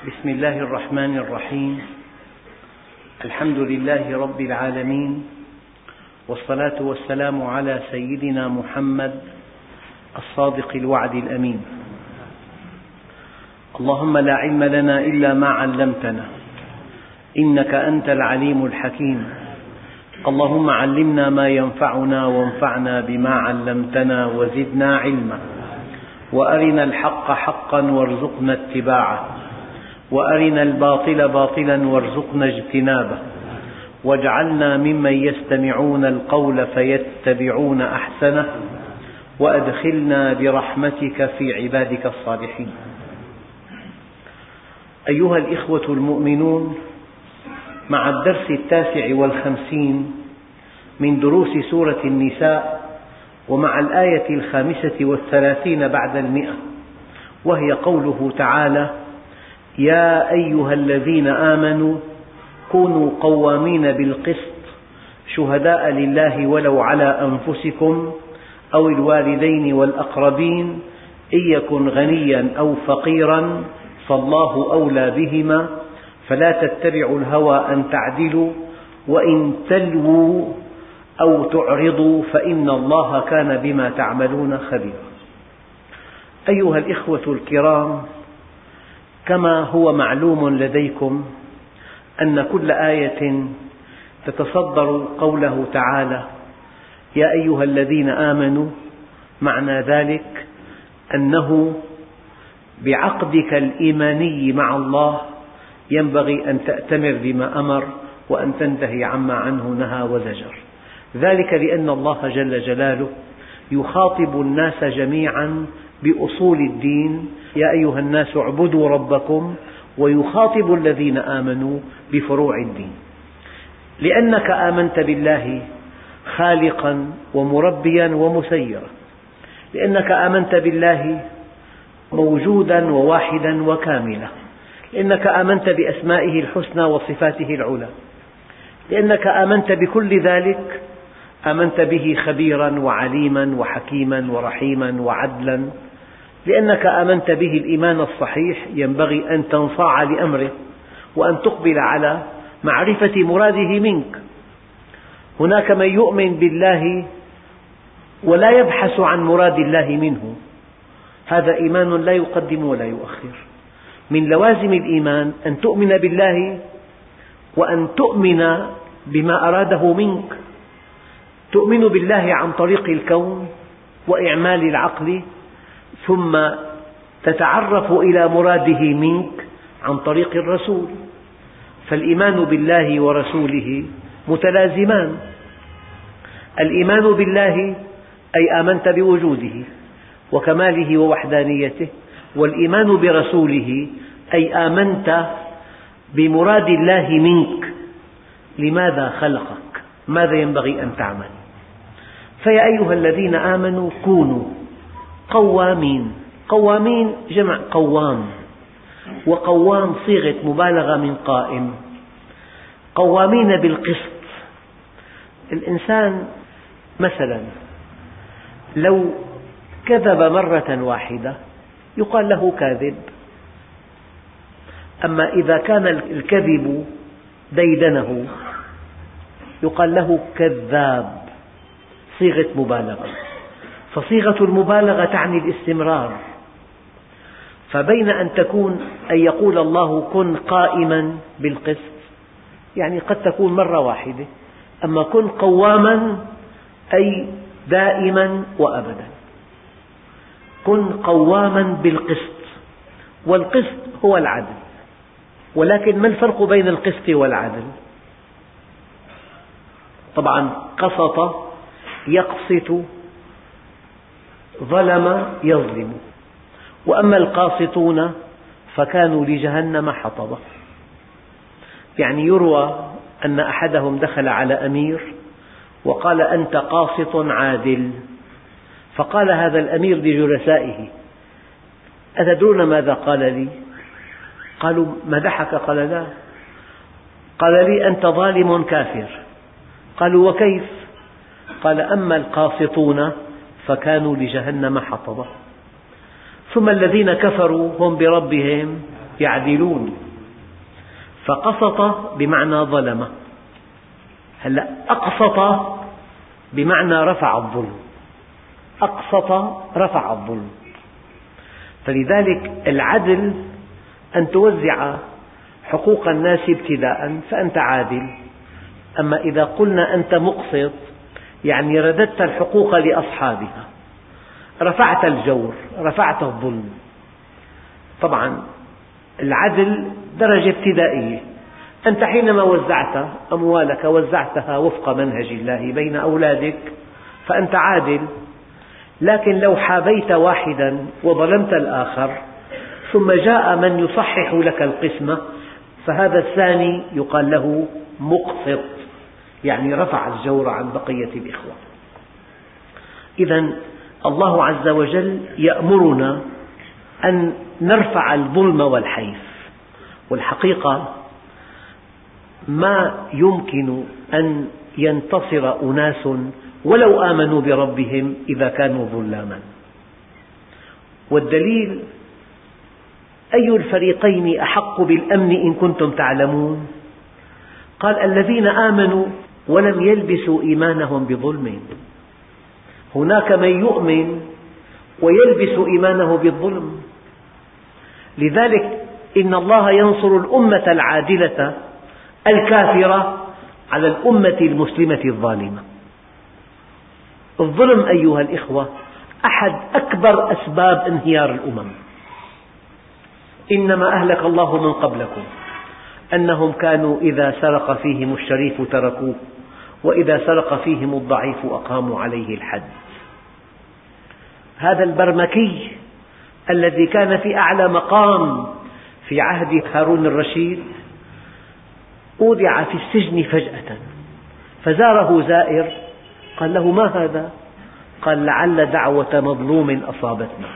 بسم الله الرحمن الرحيم. الحمد لله رب العالمين، والصلاة والسلام على سيدنا محمد الصادق الوعد الأمين. اللهم لا علم لنا إلا ما علمتنا، إنك أنت العليم الحكيم. اللهم علمنا ما ينفعنا وانفعنا بما علمتنا وزدنا علما، وأرنا الحق حقا وارزقنا اتباعه، وأرنا الباطل باطلا وارزقنا اجتنابه، واجعلنا ممن يستمعون القول فيتبعون أحسنه، وأدخلنا برحمتك في عبادك الصالحين. أيها الإخوة المؤمنون، مع الدرس 59 من دروس سورة النساء، ومع الآية 35 بعد 100، وهي قوله تعالى: يا أيها الذين آمنوا كونوا قوامين بالقسط شهداء لله ولو على أنفسكم أو الوالدين والأقربين إن يكن غنيا أو فقيرا فالله أولى بهما فلا تتبعوا الهوى أن تعدلوا وإن تلووا أو تعرضوا فإن الله كان بما تعملون خبيرا. أيها الإخوة الكرام، كما هو معلوم لديكم أن كل آية تتصدر قوله تعالى: يا أيها الذين آمنوا، معنى ذلك أنه بعقدك الإيماني مع الله ينبغي أن تأتمر بما أمر وأن تنتهي عما عنه نهى وزجر، ذلك لأن الله جل جلاله يخاطب الناس جميعا بأصول الدين: يا أيها الناس اعبدوا ربكم، ويخاطب الذين آمنوا بفروع الدين. لأنك آمنت بالله خالقا ومربيا ومسيرا، لأنك آمنت بالله موجودا وواحدا وكاملا، لأنك آمنت بأسمائه الحسنى وصفاته العلى، لأنك آمنت بكل ذلك، آمنت به خبيرا وعليما وحكيما ورحيما وعدلا، لأنك آمنت به الإيمان الصحيح ينبغي أن تنصاع لأمره وأن تقبل على معرفة مراده منك. هناك من يؤمن بالله ولا يبحث عن مراد الله منه، هذا إيمان لا يقدم ولا يؤخر. من لوازم الإيمان أن تؤمن بالله وأن تؤمن بما أراده منك. تؤمن بالله عن طريق الكون وإعمال العقل، ثم تتعرف إلى مراده منك عن طريق الرسول. فالإيمان بالله ورسوله متلازمان. الإيمان بالله أي آمنت بوجوده وكماله ووحدانيته، والإيمان برسوله أي آمنت بمراد الله منك، لماذا خلقك، ماذا ينبغي أن تعمل. فيا أيها الذين آمنوا كونوا قوامين. قوامين جمع قوام، وقوام صيغة مبالغة من قائم. قوامين بالقسط. الإنسان مثلا لو كذب مرة واحدة يقال له كاذب، أما إذا كان الكذب ديدنه يقال له كذاب، صيغة مبالغة. فصيغة المبالغة تعني الاستمرار. فبين أن يقول الله كن قائما بالقسط، يعني قد تكون مرة واحدة، أما كن قواما أي دائما وأبدا. كن قواما بالقسط، والقسط هو العدل. ولكن ما الفرق بين القسط والعدل؟ طبعا قسط يقسط، ظلم يظلم. وأما القاسطون فكانوا لجهنم حطبا. يعني يروى أن أحدهم دخل على أمير وقال: أنت قاسط عادل. فقال هذا الأمير لجلسائه: أتدرون ماذا قال لي؟ قالوا: مدحك؟ قال: لا، قال لي: أنت ظالم كافر. قالوا: وكيف؟ قال: أما القاسطون فكانوا لجهنم حطبا. ثم الذين كفروا هم بربهم يعدلون. فقسط بمعنى ظلم. هلأ أقسط بمعنى رفع الظلم، أقسط رفع الظلم. فلذلك العدل أن توزع حقوق الناس ابتداء فأنت عادل. أما إذا قلنا أنت مقسط يعني رددت الحقوق لأصحابها، رفعت الجور، رفعت الظلم. طبعا العدل درجة ابتدائية. أنت حينما وزعت أموالك وزعتها وفق منهج الله بين أولادك فأنت عادل. لكن لو حابيت واحدا وظلمت الآخر ثم جاء من يصحح لك القسمة فهذا الثاني يقال له مقسط، يعني رفع الجور عن بقية الإخوة. إذن الله عز وجل يأمرنا أن نرفع الظلم والحيف. والحقيقة ما يمكن أن ينتصر أناس ولو آمنوا بربهم إذا كانوا ظلاما. والدليل: أي الفريقين أحق بالأمن إن كنتم تعلمون؟ قال: الذين آمنوا ولم يلبسوا إيمانهم بظلم. هناك من يؤمن ويلبس إيمانه بالظلم. لذلك إن الله ينصر الأمة العادلة الكافرة على الأمة المسلمة الظالمة. الظلم أيها الإخوة أحد أكبر أسباب انهيار الأمم. إنما أهلك الله من قبلكم أنهم كانوا إذا سرق فيهم الشريف تركوه وإذا سرق فيهم الضعيف أقاموا عليه الحد. هذا البرمكي الذي كان في أعلى مقام في عهد هارون الرشيد أودع في السجن فجأة، فزاره زائر قال له: ما هذا؟ قال: لعل دعوة مظلوم أصابتنا.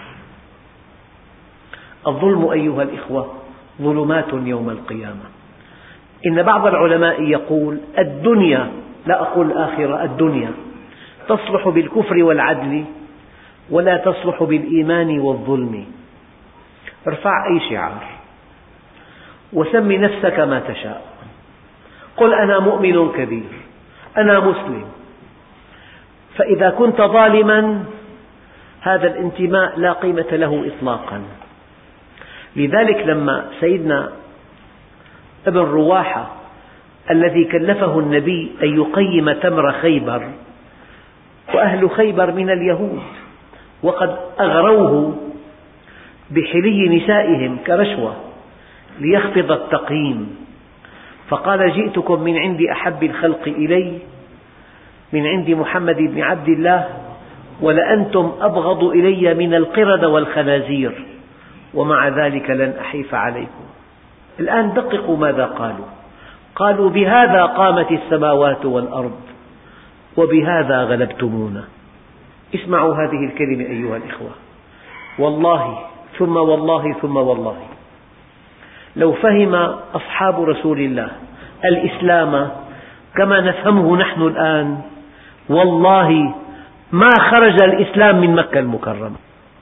الظلم أيها الإخوة ظلمات يوم القيامة. إن بعض العلماء يقول: الدنيا، لا أقول الآخرة، الدنيا تصلح بالكفر والعدل ولا تصلح بالإيمان والظلم. ارفع أي شعار وسم نفسك ما تشاء، قل أنا مؤمن كبير، أنا مسلم. فإذا كنت ظالما هذا الانتماء لا قيمة له إطلاقا. لذلك لما سيدنا ابن رواحة الذي كلفه النبي أن يقيم تمر خيبر، وأهل خيبر من اليهود وقد أغروه بحلي نسائهم كرشوة ليخفض التقييم، فقال: جئتكم من عند أحب الخلق إلي، من عند محمد بن عبد الله، ولأنتم أبغض إلي من القردة والخنازير، ومع ذلك لن أحيف عليكم. الآن دققوا ماذا قالوا. قالوا: بهذا قامت السماوات والأرض وبهذا غلبتمونا. اسمعوا هذه الكلمة أيها الإخوة: والله ثم والله ثم والله لو فهم أصحاب رسول الله الإسلام كما نفهمه نحن الآن والله ما خرج الإسلام من مكة المكرمة.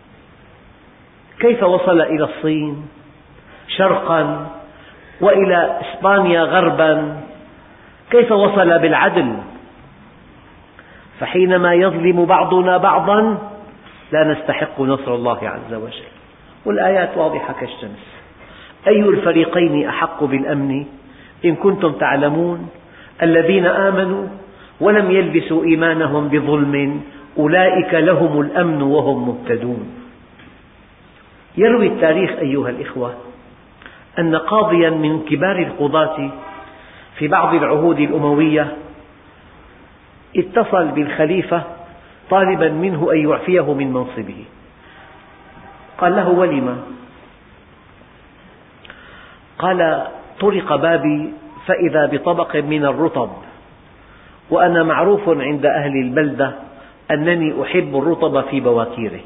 كيف وصل إلى الصين شرقا وإلى إسبانيا غربا؟ كيف وصل بالعدل؟ فحينما يظلم بعضنا بعضا لا نستحق نصر الله عز وجل. والآيات واضحة كالشمس. أي الفريقين أحق بالأمن إن كنتم تعلمون؟ الذين آمنوا ولم يلبسوا إيمانهم بظلم أولئك لهم الأمن وهم مهتدون. يروي التاريخ أيها الإخوة أن قاضيا من كبار القضاة في بعض العهود الأموية اتصل بالخليفة طالبا منه أن يعفيه من منصبه. قال له: ولم؟ قال: طرق بابي فإذا بطبق من الرطب، وأنا معروف عند أهل البلدة أنني أحب الرطب في بواكيره.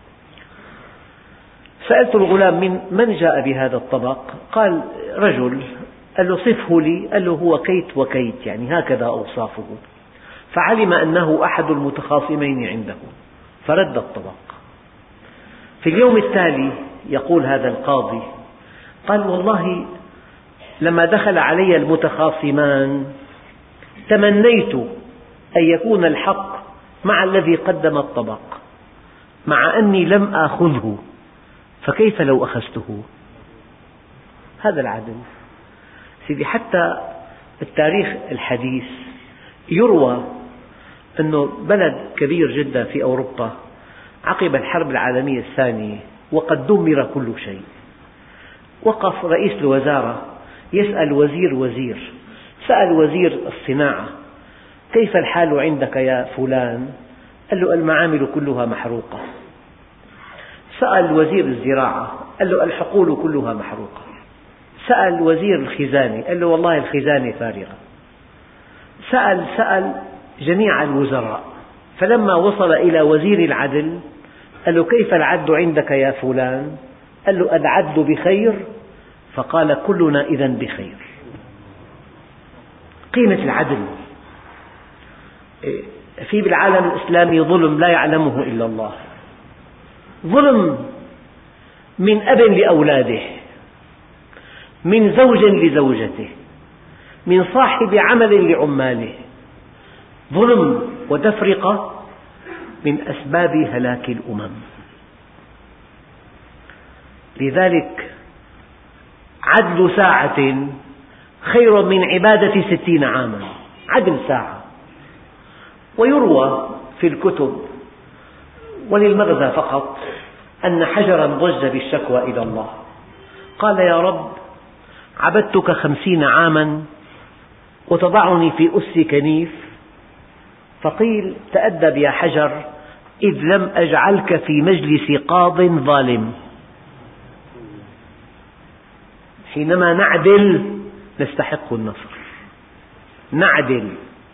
سألت الغلام: من جاء بهذا الطبق؟ قال: رجل. قال له: صفه لي. قال له: هو كيت وكيت، يعني هكذا أوصافه. فعلم أنه أحد المتخاصمين عنده فرد الطبق. في اليوم التالي يقول هذا القاضي: قال والله لما دخل علي المتخاصمان تمنيت أن يكون الحق مع الذي قدم الطبق، مع أني لم آخذه، فكيف لو أخذته؟ هذا العدل. سيدي حتى التاريخ الحديث يروى أنه بلد كبير جدا في أوروبا عقب الحرب العالمية الثانية وقد دمر كل شيء، وقف رئيس الوزارة يسأل وزير، سأل وزير الصناعة: كيف الحال عندك يا فلان؟ قال له: المعامل كلها محروقة. سأل وزير الزراعة، قال له: الحقول كلها محروقة. سأل وزير الخزانة، قال له: والله الخزانة فارغة. سأل جميع الوزراء، فلما وصل إلى وزير العدل قال له: كيف العد عندك يا فلان؟ قال له: العد بخير. فقال: كلنا إذن بخير. قيمة العدل. في بالعالم الإسلامي ظلم لا يعلمه إلا الله، ظلم من أب لأولاده، من زوج لزوجته، من صاحب عمل لعماله، ظلم وتفرقة من أسباب هلاك الأمم. لذلك عدل ساعة خير من عبادة 60 عاما. عدل ساعة. ويروى في الكتب وللمغزى فقط أن حجرا ضج بالشكوى إلى الله، قال: يا رب، عبدتك 50 عاما وتضعني في أس كنيف. فقيل: تأدب يا حجر، إذ لم أجعلك في مجلس قاض ظالم. حينما نعدل نستحق النصر، نعدل.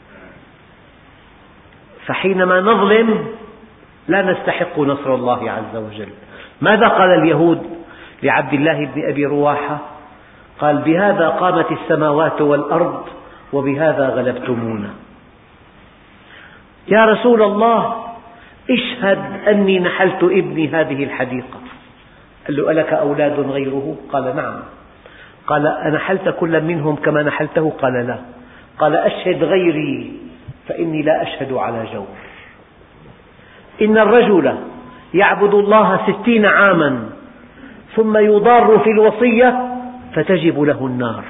فحينما نظلم لا نستحق نصر الله عز وجل. ماذا قال اليهود لعبد الله بن أبي رواحة؟ قال: بهذا قامت السماوات والأرض وبهذا غلبتمونا. يا رسول الله، اشهد أني نحلت ابني هذه الحديقة. قال له: ألك أولاد غيره؟ قال: نعم. قال: أنحلت كل منهم كما نحلته؟ قال: لا. قال: أشهد غيري فإني لا أشهد على جور. إن الرجل يعبد الله 60 عاما ثم يضار في الوصية فتجب له النار.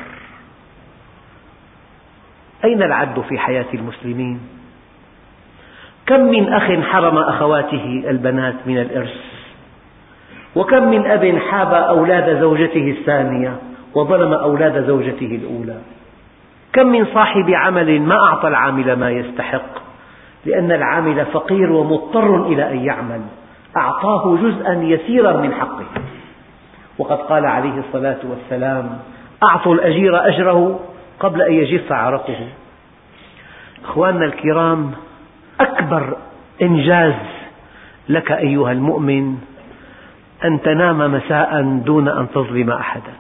أين العدل في حياة المسلمين؟ كم من أخ حرم أخواته البنات من الإرث، وكم من أب حاب أولاد زوجته الثانية وظلم أولاد زوجته الأولى. كم من صاحب عمل ما أعطى العامل ما يستحق، لأن العامل فقير ومضطر إلى أن يعمل، أعطاه جزءا يسيرا من حقه. وقد قال عليه الصلاة والسلام: أعطوا الأجير أجره قبل أن يجف عرقه. أخواننا الكرام، أكبر إنجاز لك أيها المؤمن أن تنام مساء دون أن تظلم أحدا.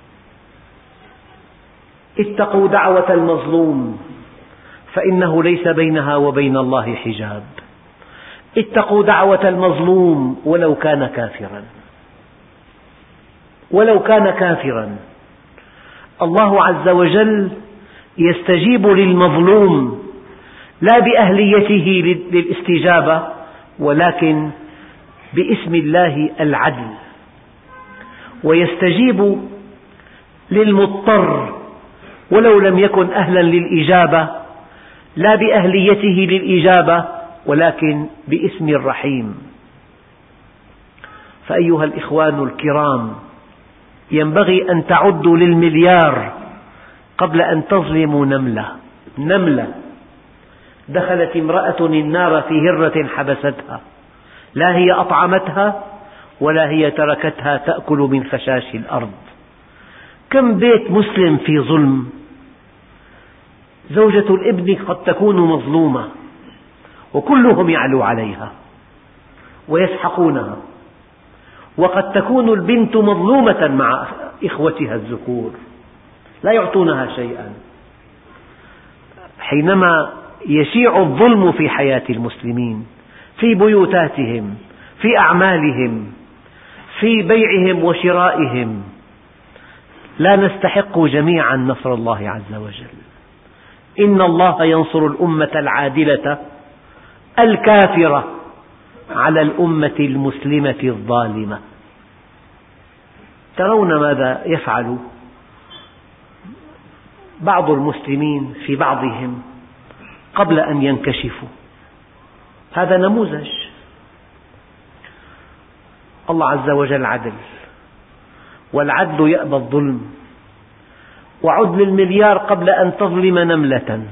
اتقوا دعوة المظلوم فإنه ليس بينها وبين الله حجاب. اتقوا دعوة المظلوم ولو كان كافرا، ولو كان كافرا. الله عز وجل يستجيب للمظلوم لا بأهليته للاستجابة، ولكن باسم الله العدل، ويستجيب للمضطر ولو لم يكن أهلا للإجابة، لا بأهليته للإجابة ولكن باسم الرحيم. فأيها الإخوان الكرام، ينبغي أن تعدوا للمليار قبل أن تظلموا نملة. دخلت امرأة النار في هرة حبستها، لا هي أطعمتها ولا هي تركتها تأكل من خشاش الأرض. كم بيت مسلم في ظلم. زوجة الابن قد تكون مظلومة وكلهم يعلو عليها ويسحقونها، وقد تكون البنت مظلومة مع إخوتها الذكور لا يعطونها شيئا. حينما يشيع الظلم في حياة المسلمين، في بيوتاتهم، في أعمالهم، في بيعهم وشرائهم، لا نستحق جميعا نصر الله عز وجل. إن الله ينصر الأمة العادلة الكافرة على الأمة المسلمة الظالمة. ترون ماذا يفعل بعض المسلمين في بعضهم قبل أن ينكشفوا. هذا نموذج. الله عز وجل عدل، والعدل يأبى الظلم، وعد للمليار قبل أن تظلم نملة.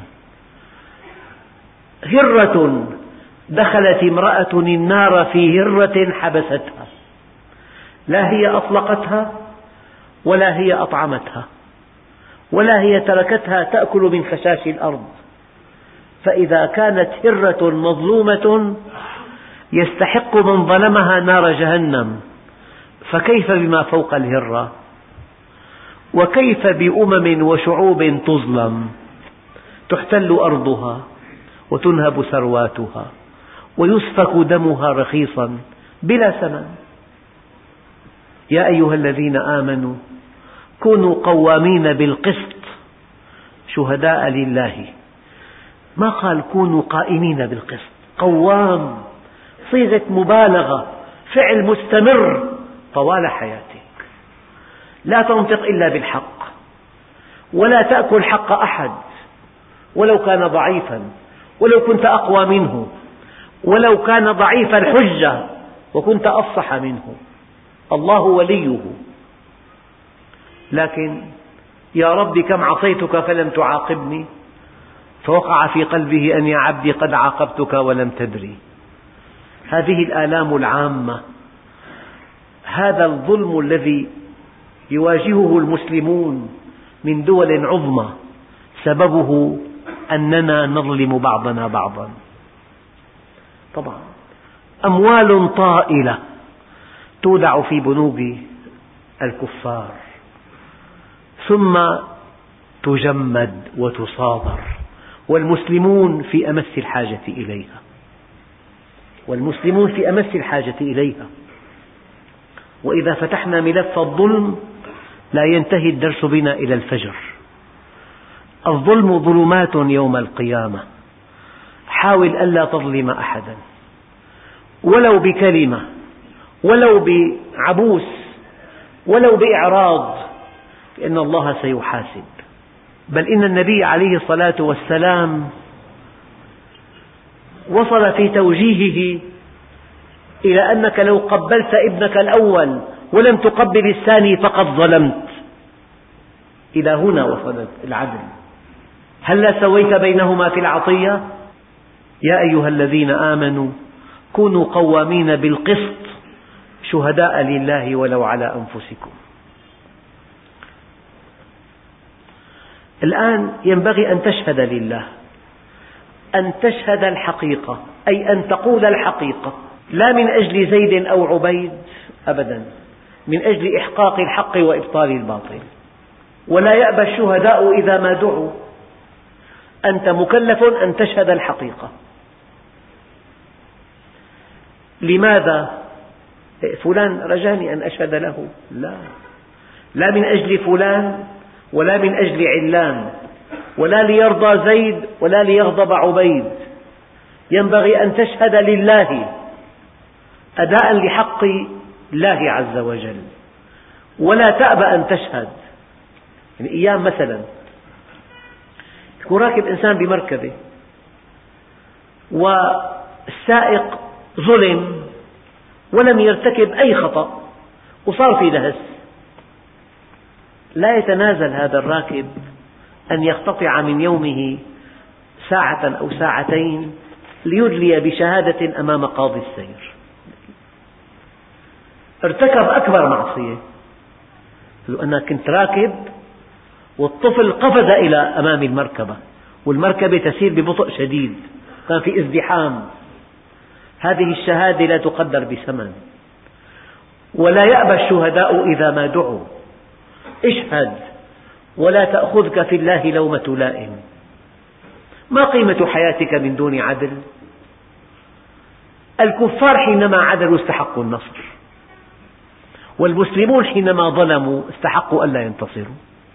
هرة دخلت امرأة النار في هرة حبستها، لا هي أطلقتها ولا هي أطعمتها ولا هي تركتها تأكل من خشاش الأرض. فإذا كانت هرة مظلومة يستحق من ظلمها نار جهنم، فكيف بما فوق الهرة؟ وكيف بأمم وشعوب تظلم تحتل أرضها وتنهب ثرواتها ويسفك دمها رخيصا بلا ثمن؟ يا أيها الذين آمنوا كونوا قوامين بالقسط شهداء لله. ما قال كونوا قائمين بالقسط. قوام صيغة مبالغة، فعل مستمر طوال حياتك. لا تنطق إلا بالحق، ولا تأكل حق أحد ولو كان ضعيفا، ولو كنت أقوى منه، ولو كان ضعيف الحجة وكنت أفصح منه. الله وليه. لكن يا رب كم عصيتك فلم تعاقبني، فوقع في قلبه أن يا عبدي قد عاقبتك ولم تدري. هذه الآلام العامة، هذا الظلم الذي يواجهه المسلمون من دول عظمى سببه أننا نظلم بعضنا بعضا. طبعا أموال طائلة تودع في بنوك الكفار ثم تجمد وتصادر، والمسلمون في أمس الحاجة إليها، والمسلمون في أمس الحاجة إليها. وإذا فتحنا ملف الظلم لا ينتهي الدرس بنا إلى الفجر. الظلم ظلمات يوم القيامة. حاول ألا تظلم أحدا ولو بكلمة، ولو بعبوس، ولو بإعراض، لأن الله سيحاسب. بل إن النبي عليه الصلاة والسلام وصل في توجيهه إلى أنك لو قبلت ابنك الأول ولم تقبل الثاني فقد ظلمت. إلى هنا وصل العدل. هل سويت بينهما في العطية؟ يا أيها الذين آمنوا كونوا قوامين بالقسط شهداء لله ولو على أنفسكم. الآن ينبغي أن تشهد لله، أن تشهد الحقيقة، أي أن تقول الحقيقة، لا من أجل زيد أو عبيد أبدا، من أجل إحقاق الحق وإبطال الباطل. ولا يأبى الشهداء إذا ما دعوا. أنت مكلف أن تشهد الحقيقة. لماذا؟ فلان رجاني أن أشهد له. لا من أجل فلان ولا من أجل علان، ولا ليرضى زيد ولا ليغضب عبيد. ينبغي أن تشهد لله أداء لحق الله عز وجل، ولا تأبى أن تشهد. يعني أيام مثلا يكون راكب إنسان بمركبة والسائق ظلم ولم يرتكب أي خطأ وصار في لهس، لا يتنازل هذا الراكب أن يقتطع من يومه ساعة أو ساعتين ليدلي بشهادة أمام قاضي السير. ارتكب أكبر معصية، أنا كنت راكب والطفل قفز إلى أمام المركبة والمركبة تسير ببطء شديد، كان في ازدحام. هذه الشهادة لا تقدر بثمن. ولا يأبى الشهداء إذا ما دعوا. اشهد ولا تأخذك في الله لومة لائم. ما قيمة حياتك من دون عدل؟ الكفار حينما عدلوا استحقوا النصر، والمسلمون حينما ظلموا استحقوا ألا ينتصروا.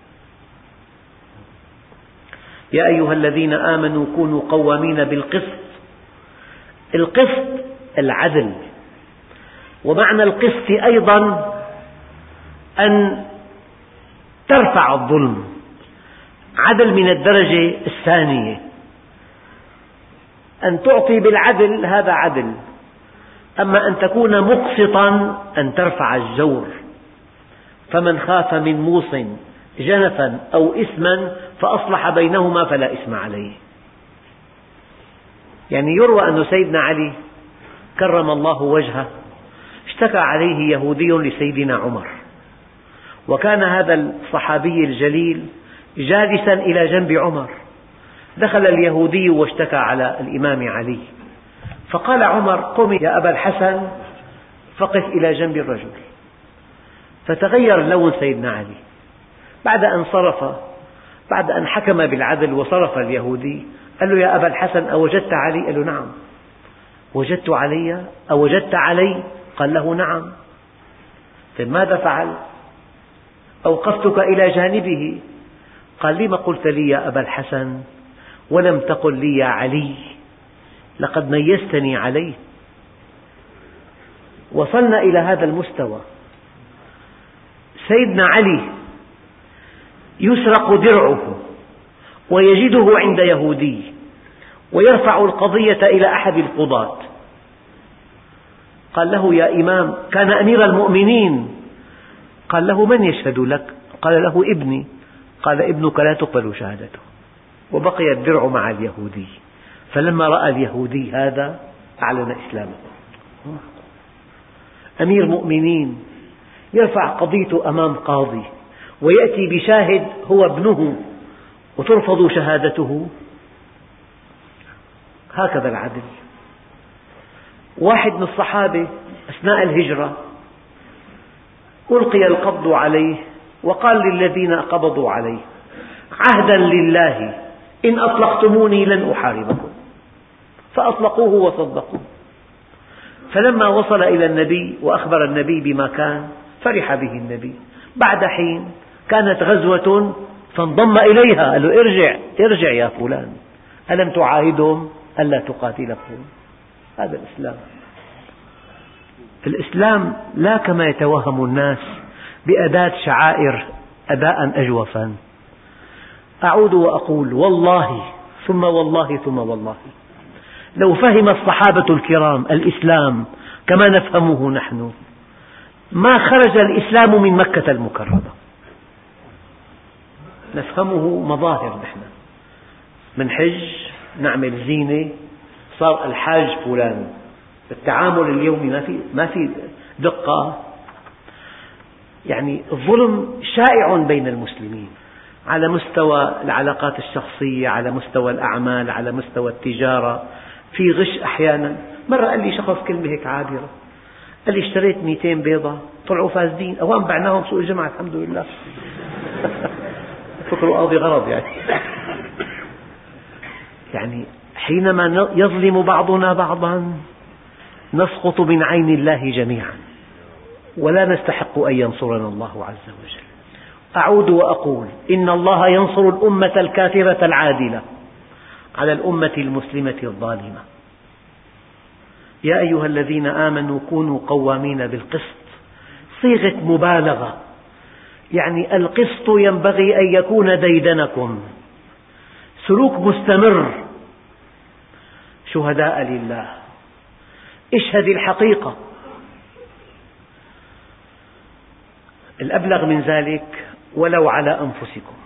يا أيها الذين آمنوا كونوا قوامين بالقسط. القسط العدل، ومعنى القسط أيضا أن ترفع الظلم، عدل من الدرجة الثانية، أن تعطي بالعدل هذا عدل، أما أن تكون مقسطا أن ترفع الجور. فمن خاف من موص جنفا أو إثما فأصلح بينهما فلا إثم عليه. يعني يروى أن سيدنا علي كرم الله وجهه اشتكى عليه يهودي لسيدنا عمر، وكان هذا الصحابي الجليل جالسا إلى جنب عمر، دخل اليهودي واشتكى على الإمام علي، فقال عمر: قم يا أبا الحسن فقف إلى جنب الرجل. فتغير لون سيدنا علي بعد أن حكم بالعدل وصرف اليهودي. قال له: يا أبا الحسن أوجدت علي؟ قال له: نعم. وجدت علي؟ أوجدت علي؟ قال له: نعم. طيب ماذا فعل؟ أوقفتك إلى جانبه. قال: لم قلت لي يا أبا الحسن ولم تقل لي يا علي؟ لقد ميزتني عليه. وصلنا إلى هذا المستوى. سيدنا علي يسرق درعه ويجده عند يهودي ويرفع القضية إلى أحد القضاة، قال له: يا إمام، كان أمير المؤمنين. قال له: من يشهد لك؟ قال له: ابني. قال: ابنك لا تقبل شهادته. وبقي الدرع مع اليهودي. فلما رأى اليهودي هذا أعلن إسلامه. أمير مؤمنين يرفع قضيته أمام قاضي ويأتي بشاهد هو ابنه وترفض شهادته. هكذا العدل. واحد من الصحابة أثناء الهجرة ألقي القبض عليه وقال للذين قبضوا عليه: عهدا لله إن أطلقتموني لن أحاربكم. فأطلقوه وصدقوه. فلما وصل إلى النبي وأخبر النبي بما كان فرح به النبي. بعد حين كانت غزوة فانضم إليها، قال له: ارجع يا فلان، ألم تعاهدهم ألا تقاتلهم؟ هذا الإسلام. الإسلام لا كما يتوهم الناس بأداة شعائر أداء أجوفا. أعود وأقول: والله ثم والله ثم والله، لو فهم الصحابة الكرام الإسلام كما نفهمه نحن ما خرج الإسلام من مكة المكرمة. نفهمه مظاهر، نحن من حج نعمل زينة صار الحاج فلان. التعامل اليومي ما في دقة. يعني الظلم شائع بين المسلمين على مستوى العلاقات الشخصية، على مستوى الأعمال، على مستوى التجارة، في غش أحيانا. مرة قال لي شخص كلمة هيك عابرة، قال لي: اشتريت 200 بيضة طلعوا فاسدين، أوان بعناهم سوق الجمعة الحمد لله. فكروا قاضي غرض يعني حينما يظلم بعضنا بعضا نسقط من عين الله جميعا، ولا نستحق أن ينصرنا الله عز وجل. أعود وأقول: إن الله ينصر الأمة الكافرة العادلة على الأمة المسلمة الظالمة. يا أيها الذين آمنوا كونوا قوامين بالقسط، صيغة مبالغة، يعني القسط ينبغي أن يكون ديدنكم، سلوك مستمر، شهداء لله، اشهد الحقيقة. الأبلغ من ذلك: ولو على أنفسكم،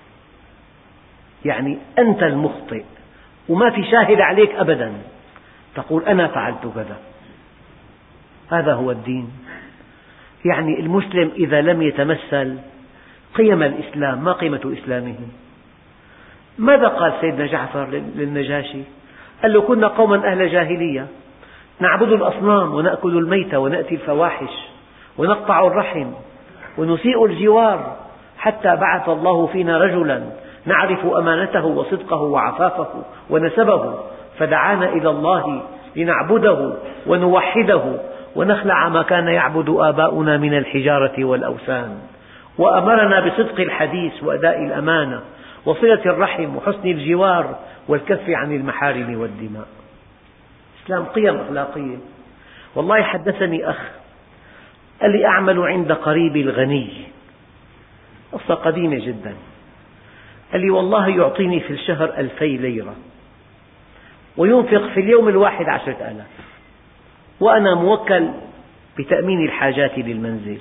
يعني أنت المخطئ وما في شاهد عليك أبدا، تقول: أنا فعلت كذا. هذا هو الدين. يعني المسلم إذا لم يتمثل قيم الإسلام، ما قيمة إسلامه؟ ماذا قال سيدنا جعفر للنجاشي؟ قال له: كنا قوما أهل جاهلية نعبد الأصنام ونأكل الميت ونأتي الفواحش ونقطع الرحم ونسيء الجوار، حتى بعث الله فينا رجلا نعرف أمانته وصدقه وعفافه ونسبه، فدعانا إلى الله لنعبده ونوحده ونخلع ما كان يعبد آباؤنا من الحجارة والأوثان، وأمرنا بصدق الحديث وأداء الأمانة وصلة الرحم وحسن الجوار والكف عن المحارم والدماء. الإسلام قيم أخلاقية. والله حدثني أخ قال لي أعمل عند قريبي الغني، قصة قديمة جدا. قال لي والله يعطيني في الشهر 2000 ليرة وينفق في اليوم الواحد 10,000، وأنا موكل بتأمين الحاجات للمنزل.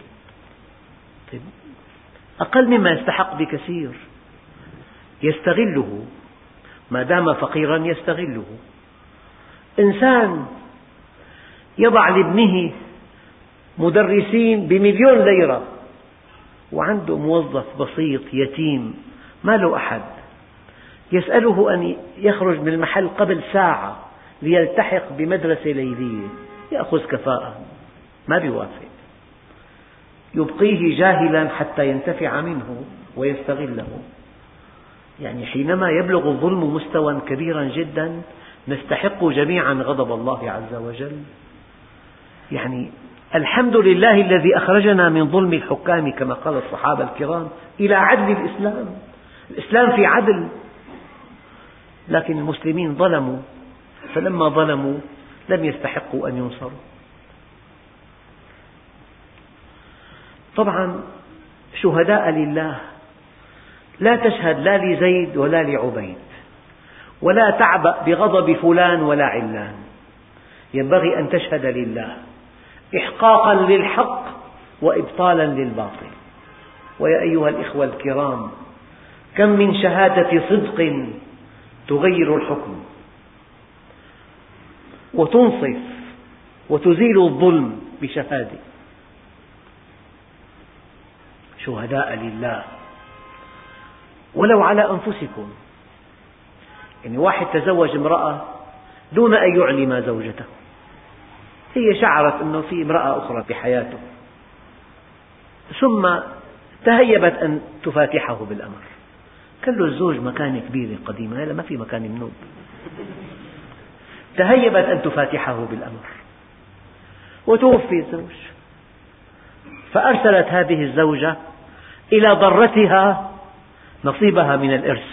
أقل مما يستحق بكثير. يستغله، ما دام فقيرا يستغله. إنسان يضع لابنه مدرسين ب1,000,000 ليرة وعنده موظف بسيط يتيم ما له أحد، يسأله أن يخرج من المحل قبل ساعة ليلتحق بمدرسة ليلية، يأخذ كفاءة، ما بيوافق، يبقيه جاهلا حتى ينتفع منه ويستغله. يعني حينما يبلغ الظلم مستوى كبيرا جدا نستحق جميعا غضب الله عز وجل. يعني الحمد لله الذي أخرجنا من ظلم الحكام كما قال الصحابة الكرام إلى عدل الإسلام. الإسلام في عدل، لكن المسلمين ظلموا، فلما ظلموا لم يستحقوا أن ينصروا. طبعا شهداء لله، لا تشهد لا لزيد ولا لعبيد، ولا تعبأ بغضب فلان ولا علان، ينبغي أن تشهد لله إحقاقا للحق وإبطالا للباطل. ويا أيها الإخوة الكرام، كم من شهادة صدق تغير الحكم وتنصف وتزيل الظلم بشهادة. شهداء لله ولو على أنفسكم. يعني واحد تزوج امرأة دون أن يعلم زوجته، هي شعرت أنه في امرأة أخرى في حياته، ثم تهيبت أن تفاتحه بالأمر. قال له الزوج مكانة كبيرة قديمة، هذا ما في مكان منوب. تهيبت أن تفاتحه بالأمر وتوفي الزوج، فأرسلت هذه الزوجة إلى ضرتها نصيبها من الإرث،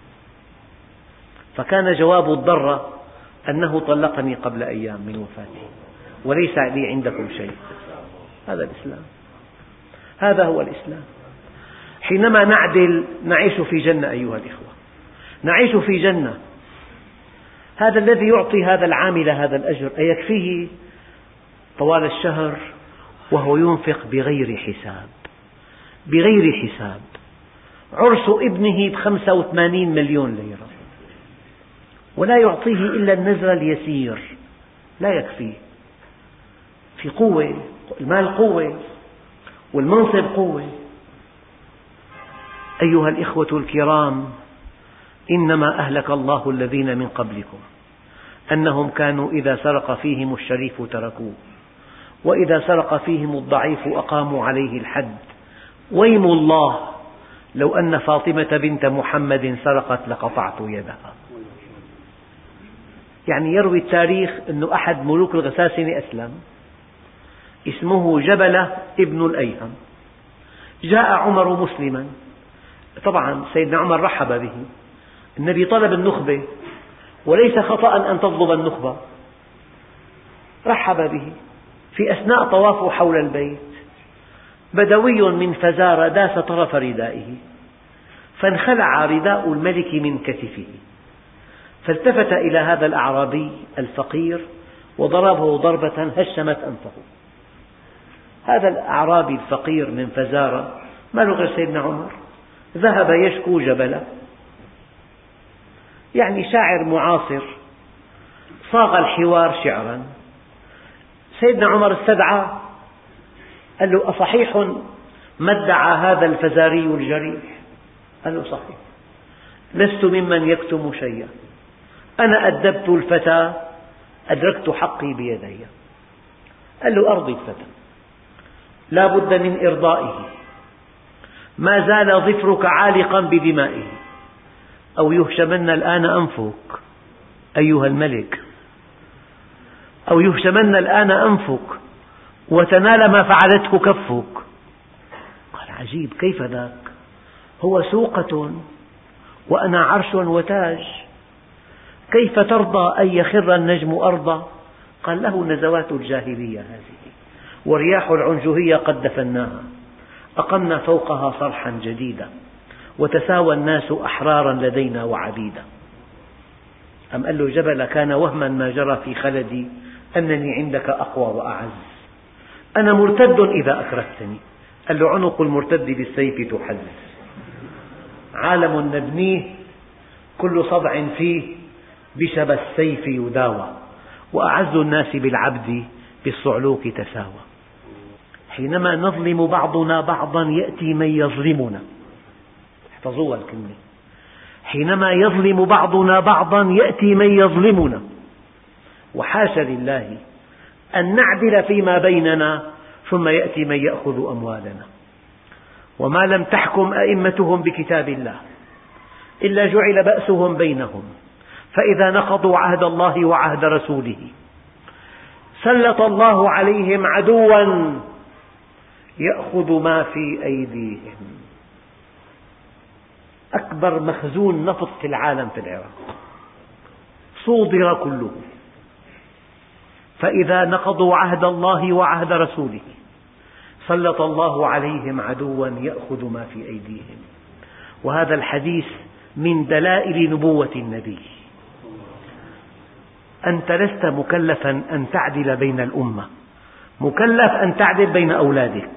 فكان جواب الضرة أنه طلقني قبل أيام من وفاته وليس لي عندكم شيء. هذا الإسلام، هذا هو الإسلام. حينما نعدل نعيش في جنة أيها الإخوة، نعيش في جنة. هذا الذي يعطي هذا العامل هذا الأجر أيكفيه طوال الشهر وهو ينفق بغير حساب، بغير حساب. عرس ابنه ب85 مليون ليرة ولا يعطيه إلا النذر اليسير، لا يكفيه. في قوة، المال قوة والمنصب قوة. أيها الإخوة الكرام، إنما أهلك الله الذين من قبلكم أنهم كانوا إذا سرق فيهم الشريف تركوه، وإذا سرق فيهم الضعيف أقاموا عليه الحد، ويم الله لو أن فاطمة بنت محمد سرقت لقطعت يدها. يعني يروي التاريخ أن أحد ملوك الغساسنة أسلم، اسمه جبلة ابن الأيهم. جاء عمر مسلما، طبعا سيدنا عمر رحب به. النبي طلب النخبة وليس خطأ أن تطلب النخبة، رحب به. في أثناء طوافه حول البيت بدوي من فزارة داس طرف ردائه فانخلع رداء الملك من كتفه، فالتفت إلى هذا الأعرابي الفقير وضربه ضربة هشمت أنفه. هذا الأعرابي الفقير من فزارة ما له غير سيدنا عمر، ذهب يشكو جبلة، يعني شاعر معاصر صاغ الحوار شعرا. سيدنا عمر استدعى، قال له أصحيح ما ادعى هذا الفزاري الجريح؟ قال له صحيح، لست ممن يكتم شيئا، أنا أدبت الفتى أدركت حقي بيدي. قال له أرضي الفتى، لا بد من إرضائه، ما زال ظفرك عالقا بدمائه، أو يهشمن الآن أنفك أيها الملك، أو يهشمن الآن أنفك وتنال ما فعلته كفك. قال عجيب، كيف ذاك؟ هو سوقة وأنا عرش وتاج، كيف ترضى أن يخر النجم أرضا؟ قال له نزوات الجاهلية هذه، ورياح العنجهية قد دفناها، أقمنا فوقها صرحا جديدا، وتساوى الناس أحرارا لدينا وعبيدا. أم قال له جبل كان وهما ما جرى في خلدي أنني عندك أقوى وأعز، أنا مرتد إذا أكرهتني. قال له عنق المرتد بالسيف تحز، عالم نبنيه كل صدع فيه بشب السيف يداوى، وأعز الناس بالعبد بالصعلوك تساوى. حينما نظلم بعضنا بعضا يأتي من يظلمنا، احفظوها الكلمة، حينما يظلم بعضنا بعضا يأتي من يظلمنا، وحاشا لله أن نعدل فيما بيننا ثم يأتي من يأخذ أموالنا. وما لم تحكم أئمتهم بكتاب الله إلا جعل بأسهم بينهم، فإذا نقضوا عهد الله وعهد رسوله سلط الله عليهم عدوا يأخذ ما في أيديهم. أكبر مخزون نفط في العالم في العراق صودر كله، فإذا نقضوا عهد الله وعهد رسوله سلط الله عليهم عدوا يأخذ ما في أيديهم. وهذا الحديث من دلائل نبوة النبي. أنت لست مكلفا أن تعدل بين الأمة، مكلف أن تعدل بين أولادك،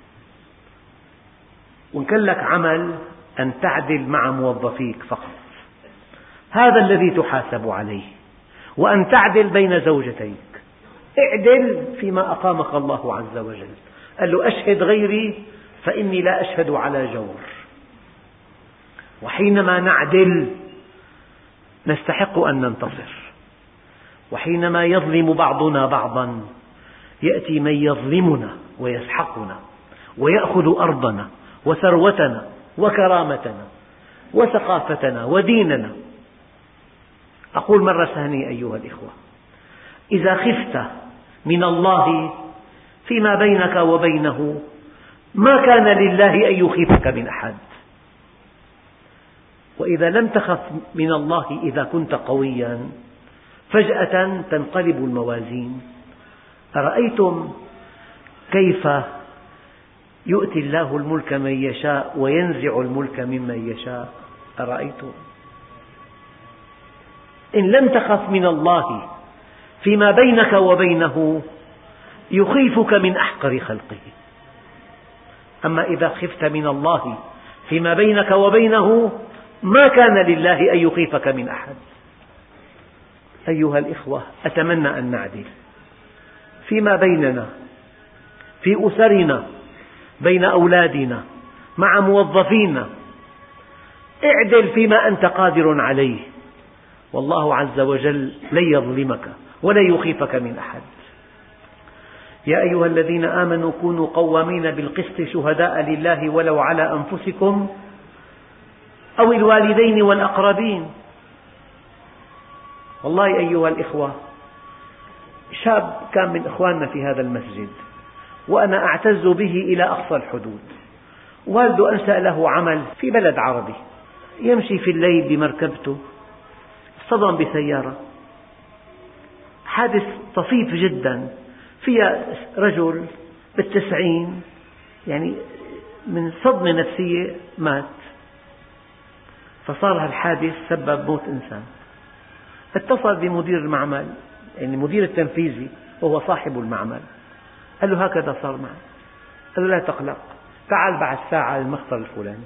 وإن كان لك عمل أن تعدل مع موظفيك فقط، هذا الذي تحاسب عليه. وأن تعدل بين زوجتيك، اعدل فيما أقامك الله عز وجل. قال له أشهد غيري فإني لا أشهد على جور. وحينما نعدل نستحق أن ننتصر. وحينما يظلم بعضنا بعضا يأتي من يظلمنا ويسحقنا ويأخذ أرضنا وثروتنا وكرامتنا وثقافتنا وديننا. أقول مرة ثانية أيها الإخوة، إذا خفت من الله فيما بينك وبينه ما كان لله أن يخيفك من أحد. وإذا لم تخف من الله إذا كنت قويا فجأة تنقلب الموازين. أرأيتم كيف يؤتي الله الملك من يشاء وينزع الملك ممن يشاء؟ أرأيتم؟ إن لم تخف من الله فيما بينك وبينه يخيفك من أحقر خلقه. أما إذا خفت من الله فيما بينك وبينه ما كان لله أن يخيفك من أحد. أيها الإخوة، أتمنى أن نعدل فيما بيننا، في أسرنا، بين أولادنا، مع موظفينا. اعدل فيما أنت قادر عليه، والله عز وجل لن يظلمك ولا يخيفك من أحد. يا أيها الذين آمنوا كونوا قوامين بالقسط شهداء لله ولو على أنفسكم أو الوالدين والأقربين. والله أيها الإخوة، شاب كان من إخواننا في هذا المسجد وأنا أعتز به إلى أقصى الحدود. والده أنشأ له عمل في بلد عربي، يمشي في الليل بمركبته اصطدم بسيارة، حادث طفيف جدا، فيها رجل بال90 يعني من صدمة نفسية مات. فصار هالحادث سبب موت إنسان. اتصل بمدير المعمل، يعني المدير التنفيذي وهو صاحب المعمل، قال له هكذا صار معي. قال له لا تقلق، تعال بعد ساعة للمخفر الفلاني.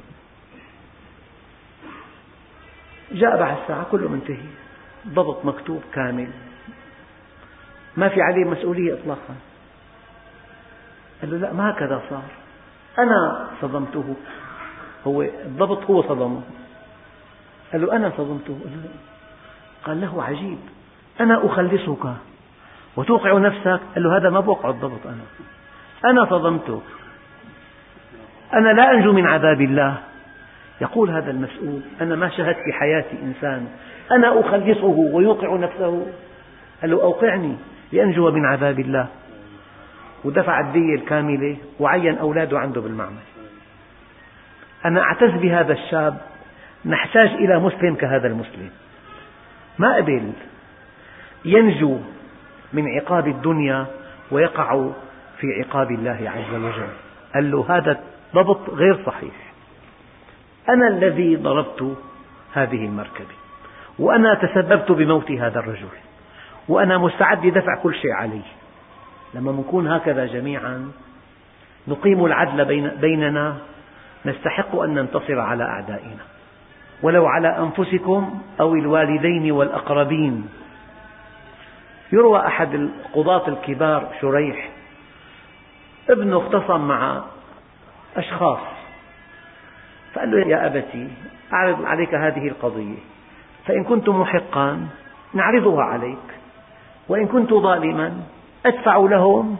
جاء بعد ساعة كله منتهي، ضبط مكتوب كامل، ما في عليه مسؤولية إطلاقا. قال له لا، ما هكذا صار، أنا صدمته، هو الضبط هو صدمه. قال له أنا صدمته. قال له عجيب، أنا أخلصك وتوقع نفسك. قال له هذا ما بوقع الضبط، أنا صدمته، أنا لا أنجو من عذاب الله. يقول هذا المسؤول أنا ما شاهدت في حياتي إنسان أنا أخلصه ويوقع نفسه. قال له أوقعني لأنجو من عذاب الله. ودفع الدية الكاملة وعين أولاده عنده بالمعمل. أنا أعتز بهذا الشاب، نحتاج إلى مسلم كهذا المسلم، ما قبل ينجو من عقاب الدنيا ويقع في عقاب الله عز وجل. قال له هذا ضبط غير صحيح، أنا الذي ضربت هذه المركبة، وأنا تسببت بموت هذا الرجل، وأنا مستعد لدفع كل شيء عليه. لما نكون هكذا جميعا نقيم العدل بيننا، نستحق أن ننتصر على أعدائنا، ولو على أنفسكم أو الوالدين والأقربين. يروى أحد القضاة الكبار شريح ابنه اختصم مع أشخاص، فقال له يا أبتي أعرض عليك هذه القضية، فإن كنت محقا نعرضها عليك، وإن كنت ظالما أدفع لهم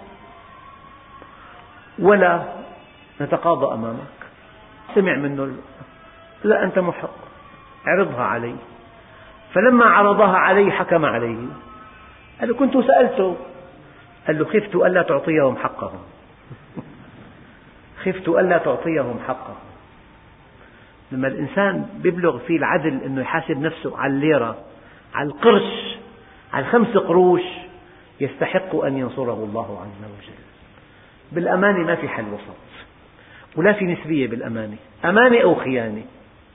ولا نتقاضى أمامك. سمع منه لا أنت محق، اعرضها علي. فلما عرضها عليه حكم عليه. قال له كنت سألته، قال له خفت ألا تعطيهم حقهم خفت ألا تعطيهم حقهم. لما الإنسان يبلغ فيه العدل أنه يحاسب نفسه على الليرة، على القرش، على 5 قروش، يستحق أن ينصره الله عز وجل. بالأمانة ما في حل وسط، ولا في نسبية بالأمانة، أمانة أو خيانة.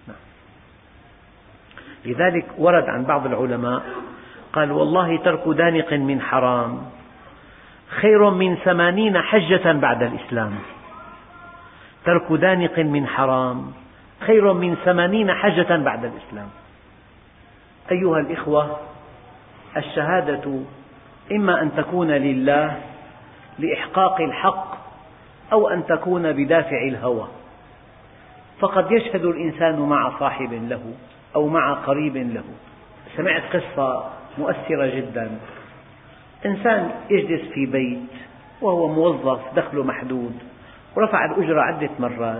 لذلك ورد عن بعض العلماء قال والله ترك دانق من حرام خير من 80 حجة بعد الإسلام. ترك دانق من حرام خير من 80 حجة بعد الإسلام. أيها الإخوة، الشهادة إما أن تكون لله لإحقاق الحق، أو أن تكون بدافع الهوى. فقد يشهد الإنسان مع صاحب له أو مع قريب له. سمعت قصة مؤثرة جدا. إنسان يجلس في بيت وهو موظف دخله محدود، ورفع الأجرة عدة مرات،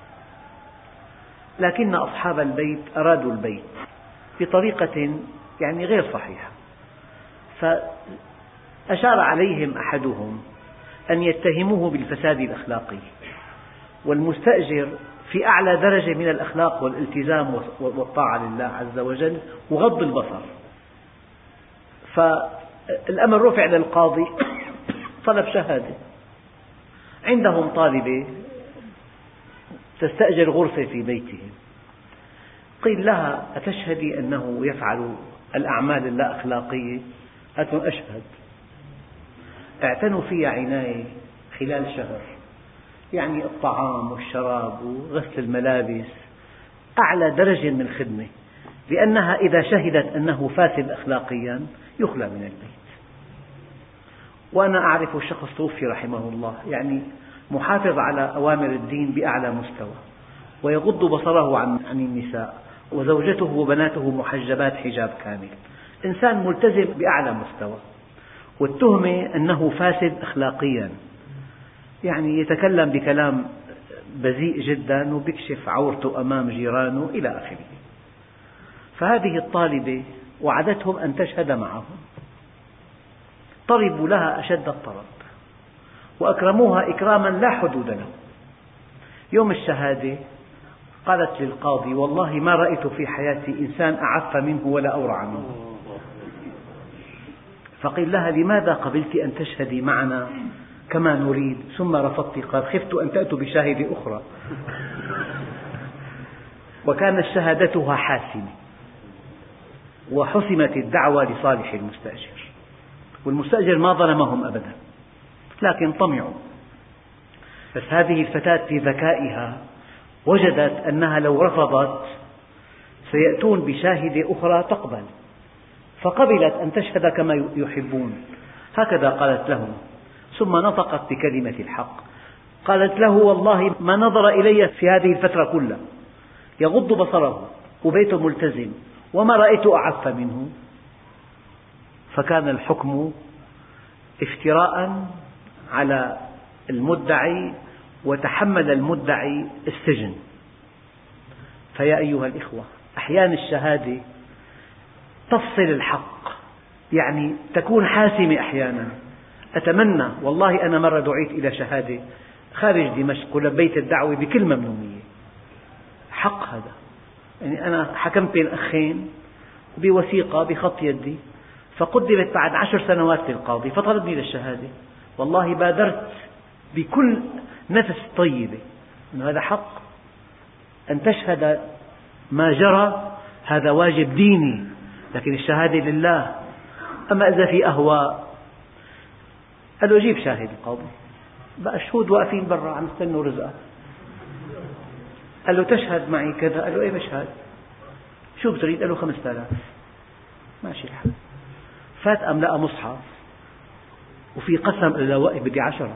لكن أصحاب البيت أرادوا البيت بطريقة غير صحيحة، فأشار عليهم أحدهم أن يتهموه بالفساد الأخلاقي، والمستأجر في أعلى درجة من الأخلاق والالتزام والطاعة لله عز وجل وغض البصر. فالأمر رفع للقاضي طلب شهادة. عندهم طالبة تستأجر غرفة في بيتهم، قيل لها أتشهدي أنه يفعل الأعمال اللا أخلاقية؟ قالت أشهد. اعتنوا فيها عناية خلال شهر، الطعام والشراب وغسل الملابس، أعلى درجة من الخدمة، لأنها إذا شهدت أنه فاسد أخلاقيا يخلى من البيت. وأنا أعرف شخص توفي رحمه الله، محافظ على أوامر الدين بأعلى مستوى، ويغض بصره عن النساء، وزوجته وبناته محجبات حجاب كامل، إنسان ملتزم بأعلى مستوى، والتهمة أنه فاسد أخلاقيا، يتكلم بكلام بذيء جدا ويكشف عورته أمام جيرانه إلى آخره. فهذه الطالبة وعدتهم أن تشهد معهم، طلبوا لها أشد الطلب وأكرموها إكراما لا حدود له. يوم الشهادة قالت للقاضي والله ما رأيت في حياتي إنسان أعف منه ولا أورع منه. فقيل لها لماذا قبلت أن تشهدي معنا كما نريد ثم رفضت؟ قال خفت أن تأتوا بشاهد أخرى. وكانت شهادتها حاسمة، وحسمت الدعوى لصالح المستأجر، والمستأجر ما ظلمهم أبدا، لكن طمعوا. بس هذه الفتاة في ذكائها وجدت أنها لو رفضت سيأتون بشاهدة أخرى تقبل، فقبلت أن تشهد كما يحبون. هكذا قالت لهم، ثم نطقت بكلمة الحق. قالت له والله ما نظر إلي في هذه الفترة كلها، يغض بصره وبيته ملتزم، وما رأيت أعف منه. فكان الحكم افتراء على المدعي، وتحمل المدعي السجن. فيا أيها الإخوة، أحيانا الشهادة تفصل الحق، تكون حاسمة أحيانا، أتمنى والله، أنا مرة دعيت إلى شهادة خارج دمشق ولبيت الدعوة بكل ممنونية، حق هذا. يعني أنا حكمت بين أخين بوثيقة بخط يدي، فقدمت بعد 10 سنوات للقاضي فطلبني للشهادة. والله بادرت بكل نفس طيبة أن هذا حق، أن تشهد ما جرى هذا واجب ديني، لكن الشهادة لله. أما إذا في أهواء، قال له جيب شاهد. القاضي بقى الشهود واقفين برا عم يستنوا رزقه، قال له تشهد معي كذا، قال له أي بشهد. شو بتريد؟ قال له 5000. ماشي الحال. فات أم لقى مصحف وفي قسم، إلا وقف بدي 10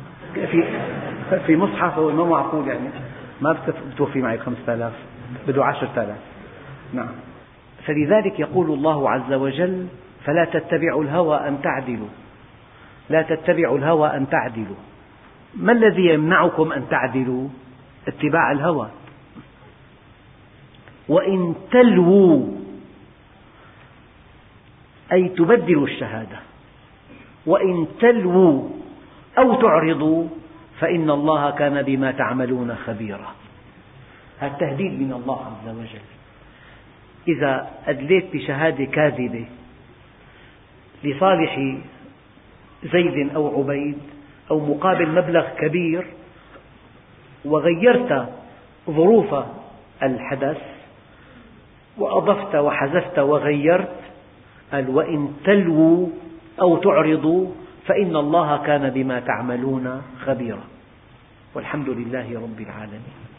في مصحف، هو ما معقول يعني ما بتوفي معي 5000، بده 10000. نعم. فلذلك يقول الله عز وجل: فلا تتبعوا الهوى أن تعدلوا، لا تتبعوا الهوى أن تعدلوا. ما الذي يمنعكم أن تعدلوا؟ اتباع الهوى. وإن تلووا أي تبدلوا الشهادة، وإن تلووا أو تعرضوا فإن الله كان بما تعملون خبيرا. هذا تهديد من الله عز وجل. إذا أدليت بشهادة كاذبة لصالح زيد أو عبيد أو مقابل مبلغ كبير وغيرت ظروف الحدث وأضفت وحذفت وغيرت، قال: وإن تلووا أو تعرضوا فإن الله كان بما تعملون خبيرا. والحمد لله رب العالمين.